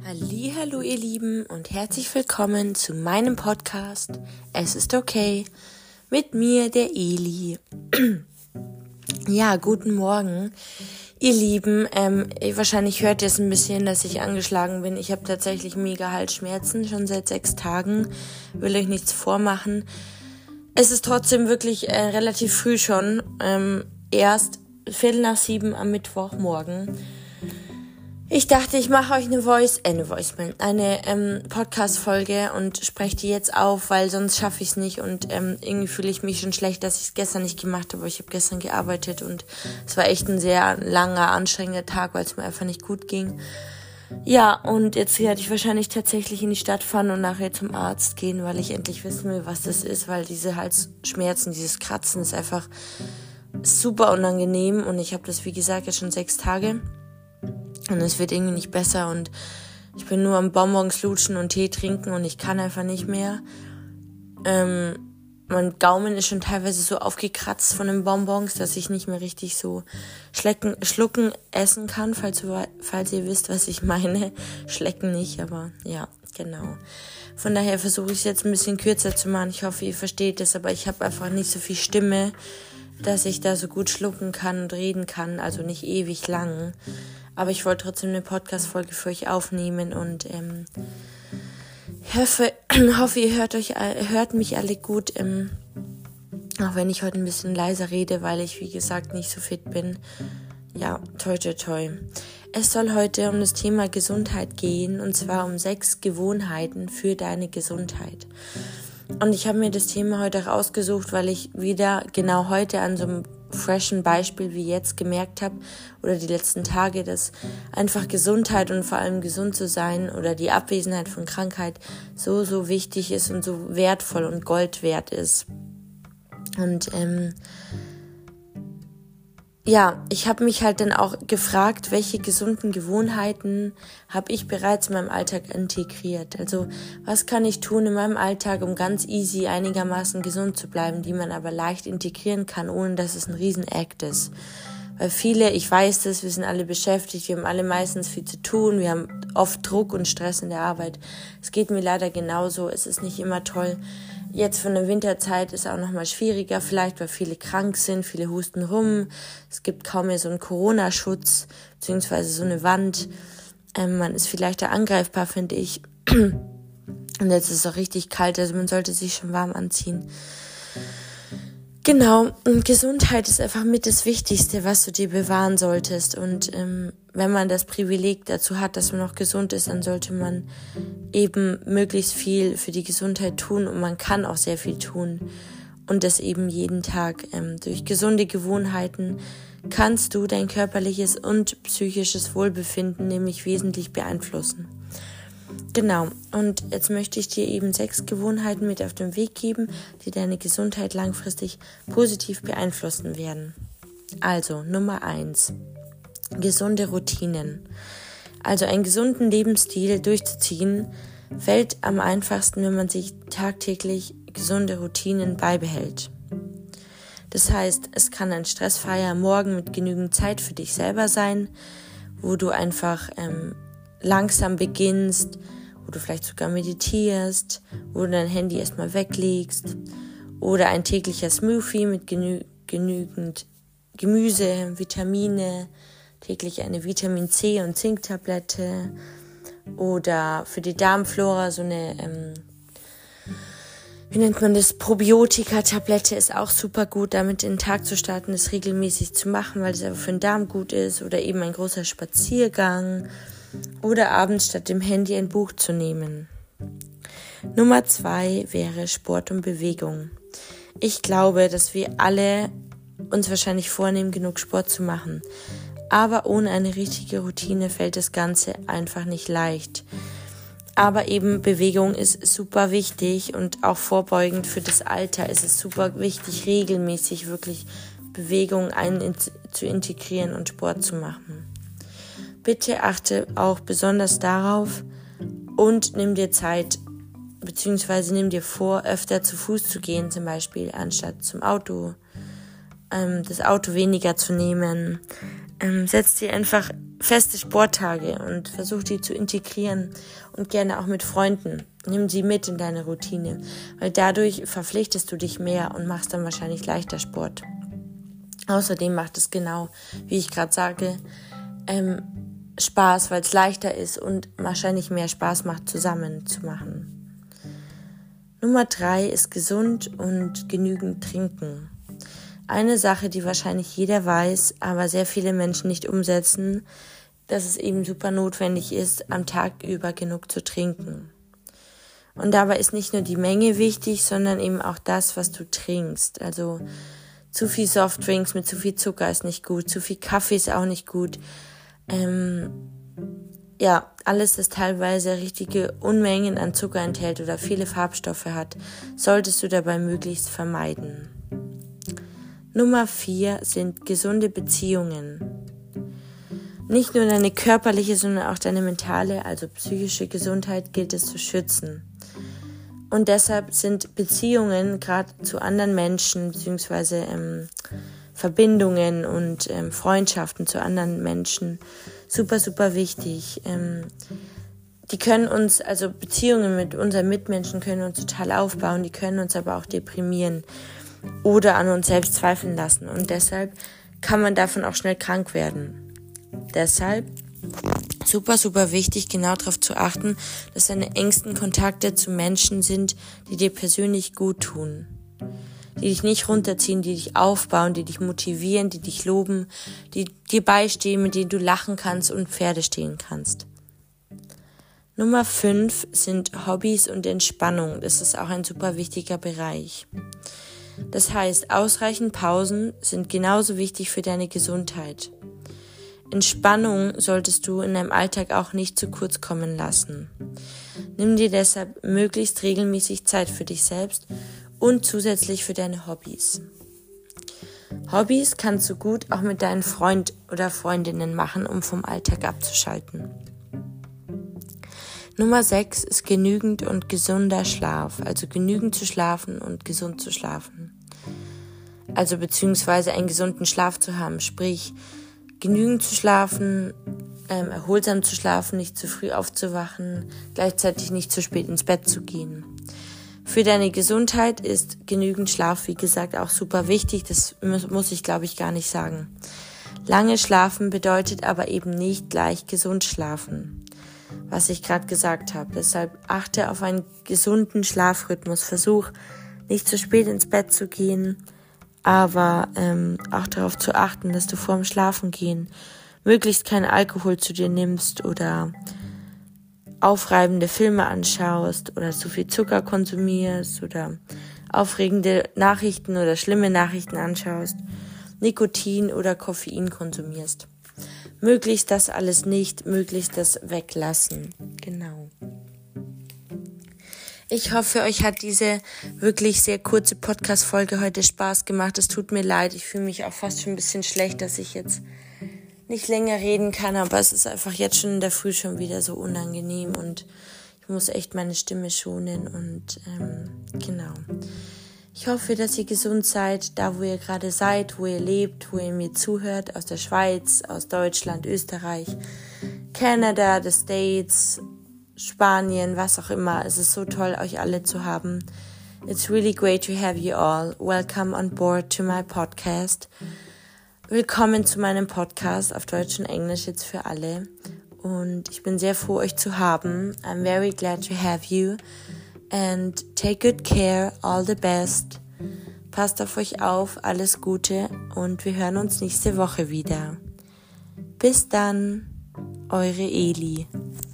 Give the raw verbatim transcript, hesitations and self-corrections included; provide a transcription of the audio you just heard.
Hallihallo ihr Lieben und herzlich willkommen zu meinem Podcast Es ist okay mit mir, der Eli. Ja, guten Morgen ihr Lieben. Ähm, wahrscheinlich hört ihr es ein bisschen, dass ich angeschlagen bin. Ich habe tatsächlich mega Halsschmerzen, schon seit sechs Tagen. Will euch nichts vormachen. Es ist trotzdem wirklich äh, relativ früh schon. Ähm, erst Viertel nach sieben am Mittwochmorgen. Ich dachte, ich mache euch eine Voice, äh, eine Voicemail, eine ähm, Podcast-Folge und spreche die jetzt auf, weil sonst schaffe ich es nicht und ähm, irgendwie fühle ich mich schon schlecht, dass ich es gestern nicht gemacht habe, aber ich habe gestern gearbeitet und es war echt ein sehr langer, anstrengender Tag, weil es mir einfach nicht gut ging. Ja, und jetzt werde ich wahrscheinlich tatsächlich in die Stadt fahren und nachher zum Arzt gehen, weil ich endlich wissen will, was das ist, weil diese Halsschmerzen, dieses Kratzen ist einfach super unangenehm und ich habe das, wie gesagt, jetzt schon sechs Tage. Und es wird irgendwie nicht besser und ich bin nur am Bonbons lutschen und Tee trinken und ich kann einfach nicht mehr. Ähm, mein Gaumen ist schon teilweise so aufgekratzt von den Bonbons, dass ich nicht mehr richtig so schlecken, schlucken, essen kann, falls, falls ihr wisst, was ich meine. Schlecken nicht, aber ja, genau. Von daher versuche ich es jetzt ein bisschen kürzer zu machen. Ich hoffe, ihr versteht es, aber ich habe einfach nicht so viel Stimme, dass ich da so gut schlucken kann und reden kann, also nicht ewig lang. Aber ich wollte trotzdem eine Podcast-Folge für euch aufnehmen und ähm, hoffe, hoffe, ihr hört euch, hört mich alle gut, ähm, auch wenn ich heute ein bisschen leiser rede, weil ich, wie gesagt, nicht so fit bin. Ja, toi, toi, toi. Es soll heute um das Thema Gesundheit gehen, und zwar um sechs Gewohnheiten für deine Gesundheit. Und ich habe mir das Thema heute auch ausgesucht, weil ich wieder genau heute an so einem freshen Beispiel wie jetzt gemerkt habe, oder die letzten Tage, dass einfach Gesundheit und vor allem gesund zu sein oder die Abwesenheit von Krankheit so, so wichtig ist und so wertvoll und Gold wert ist. Und ähm, ja, ich habe mich halt dann auch gefragt, welche gesunden Gewohnheiten habe ich bereits in meinem Alltag integriert. Also was kann ich tun in meinem Alltag, um ganz easy einigermaßen gesund zu bleiben, die man aber leicht integrieren kann, ohne dass es ein Riesen-Act ist. Weil viele, ich weiß das, wir sind alle beschäftigt, wir haben alle meistens viel zu tun, wir haben oft Druck und Stress in der Arbeit. Es geht mir leider genauso, es ist nicht immer toll. Jetzt von der Winterzeit ist auch nochmal schwieriger, vielleicht weil viele krank sind, viele husten rum. Es gibt kaum mehr so einen Corona-Schutz, beziehungsweise so eine Wand. Ähm, man ist vielleicht da angreifbar, finde ich. Und jetzt ist es auch richtig kalt, also man sollte sich schon warm anziehen. Genau, und Gesundheit ist einfach mit das Wichtigste, was du dir bewahren solltest. Und ähm, wenn man das Privileg dazu hat, dass man noch gesund ist, dann sollte man eben möglichst viel für die Gesundheit tun. Und man kann auch sehr viel tun. Und das eben jeden Tag. Ähm, durch gesunde Gewohnheiten kannst du dein körperliches und psychisches Wohlbefinden nämlich wesentlich beeinflussen. Genau, und jetzt möchte ich dir eben sechs Gewohnheiten mit auf den Weg geben, die deine Gesundheit langfristig positiv beeinflussen werden. Also, Nummer eins, gesunde Routinen. Also einen gesunden Lebensstil durchzuziehen, fällt am einfachsten, wenn man sich tagtäglich gesunde Routinen beibehält. Das heißt, es kann ein stressfreier Morgen mit genügend Zeit für dich selber sein, wo du einfach ähm, langsam beginnst, wo du vielleicht sogar meditierst, wo du dein Handy erstmal weglegst, oder ein täglicher Smoothie mit genü- genügend Gemüse, Vitamine, täglich eine Vitamin C und Zinktablette, oder für die Darmflora so eine, ähm, wie nennt man das, Probiotika-Tablette ist auch super gut, damit in den Tag zu starten, das regelmäßig zu machen, weil es einfach für den Darm gut ist, oder eben ein großer Spaziergang, oder abends statt dem Handy ein Buch zu nehmen. Nummer zwei wäre Sport und Bewegung. Ich glaube, dass wir alle uns wahrscheinlich vornehmen, genug Sport zu machen. Aber ohne eine richtige Routine fällt das Ganze einfach nicht leicht. Aber eben Bewegung ist super wichtig und auch vorbeugend für das Alter ist es super wichtig, regelmäßig wirklich Bewegung ein zu integrieren und Sport zu machen. Bitte achte auch besonders darauf und nimm dir Zeit, beziehungsweise nimm dir vor, öfter zu Fuß zu gehen, zum Beispiel, anstatt zum Auto, ähm, das Auto weniger zu nehmen. Ähm, setz dir einfach feste Sporttage und versuch die zu integrieren und gerne auch mit Freunden. Nimm sie mit in deine Routine, weil dadurch verpflichtest du dich mehr und machst dann wahrscheinlich leichter Sport. Außerdem macht es genau, wie ich gerade sage, ähm, Spaß, weil es leichter ist und wahrscheinlich mehr Spaß macht, zusammen zu machen. Nummer drei ist gesund und genügend trinken. Eine Sache, die wahrscheinlich jeder weiß, aber sehr viele Menschen nicht umsetzen, dass es eben super notwendig ist, am Tag über genug zu trinken. Und dabei ist nicht nur die Menge wichtig, sondern eben auch das, was du trinkst. Also zu viel Softdrinks mit zu viel Zucker ist nicht gut, zu viel Kaffee ist auch nicht gut. Ähm, ja, alles, das teilweise richtige Unmengen an Zucker enthält oder viele Farbstoffe hat, solltest du dabei möglichst vermeiden. Nummer vier sind gesunde Beziehungen. Nicht nur deine körperliche, sondern auch deine mentale, also psychische Gesundheit gilt es zu schützen. Und deshalb sind Beziehungen gerade zu anderen Menschen, beziehungsweise ähm, Verbindungen und ähm, Freundschaften zu anderen Menschen super, super wichtig. Ähm, die können uns, also Beziehungen mit unseren Mitmenschen können uns total aufbauen, die können uns aber auch deprimieren oder an uns selbst zweifeln lassen. Und deshalb kann man davon auch schnell krank werden. Deshalb super, super wichtig, genau darauf zu achten, dass deine engsten Kontakte zu Menschen sind, die dir persönlich gut tun. Die dich nicht runterziehen, die dich aufbauen, die dich motivieren, die dich loben, die dir beistehen, mit denen du lachen kannst und Pferde stehen kannst. Nummer fünf sind Hobbys und Entspannung. Das ist auch ein super wichtiger Bereich. Das heißt, ausreichend Pausen sind genauso wichtig für deine Gesundheit. Entspannung solltest du in deinem Alltag auch nicht zu kurz kommen lassen. Nimm dir deshalb möglichst regelmäßig Zeit für dich selbst und zusätzlich für deine Hobbys. Hobbys kannst du gut auch mit deinen Freund oder Freundinnen machen, um vom Alltag abzuschalten. Nummer sechs ist genügend und gesunder Schlaf, also genügend zu schlafen und gesund zu schlafen. Also beziehungsweise einen gesunden Schlaf zu haben, sprich genügend zu schlafen, ähm, erholsam zu schlafen, nicht zu früh aufzuwachen, gleichzeitig nicht zu spät ins Bett zu gehen. Für deine Gesundheit ist genügend Schlaf, wie gesagt, auch super wichtig, das muss, muss ich glaube ich gar nicht sagen. Lange schlafen bedeutet aber eben nicht gleich gesund schlafen, was ich gerade gesagt habe. Deshalb achte auf einen gesunden Schlafrhythmus, versuch nicht zu spät ins Bett zu gehen, aber ähm, auch darauf zu achten, dass du vorm Schlafengehen möglichst keinen Alkohol zu dir nimmst oder aufreibende Filme anschaust oder zu viel Zucker konsumierst oder aufregende Nachrichten oder schlimme Nachrichten anschaust, Nikotin oder Koffein konsumierst. Möglichst das alles nicht, möglichst das weglassen. Genau. Ich hoffe, euch hat diese wirklich sehr kurze Podcast-Folge heute Spaß gemacht. Es tut mir leid, ich fühle mich auch fast schon ein bisschen schlecht, dass ich jetzt nicht länger reden kann, aber es ist einfach jetzt schon in der Früh schon wieder so unangenehm und ich muss echt meine Stimme schonen und ähm, genau. Ich hoffe, dass ihr gesund seid, da wo ihr gerade seid, wo ihr lebt, wo ihr mir zuhört, aus der Schweiz, aus Deutschland, Österreich, Kanada, the States, Spanien, was auch immer. Es ist so toll, euch alle zu haben. It's really great to have you all. Welcome on board to my podcast. Willkommen zu meinem Podcast auf Deutsch und Englisch jetzt für alle. Und ich bin sehr froh, euch zu haben. I'm very glad to have you. And take good care, all the best. Passt auf euch auf, alles Gute und wir hören uns nächste Woche wieder. Bis dann, eure Eli.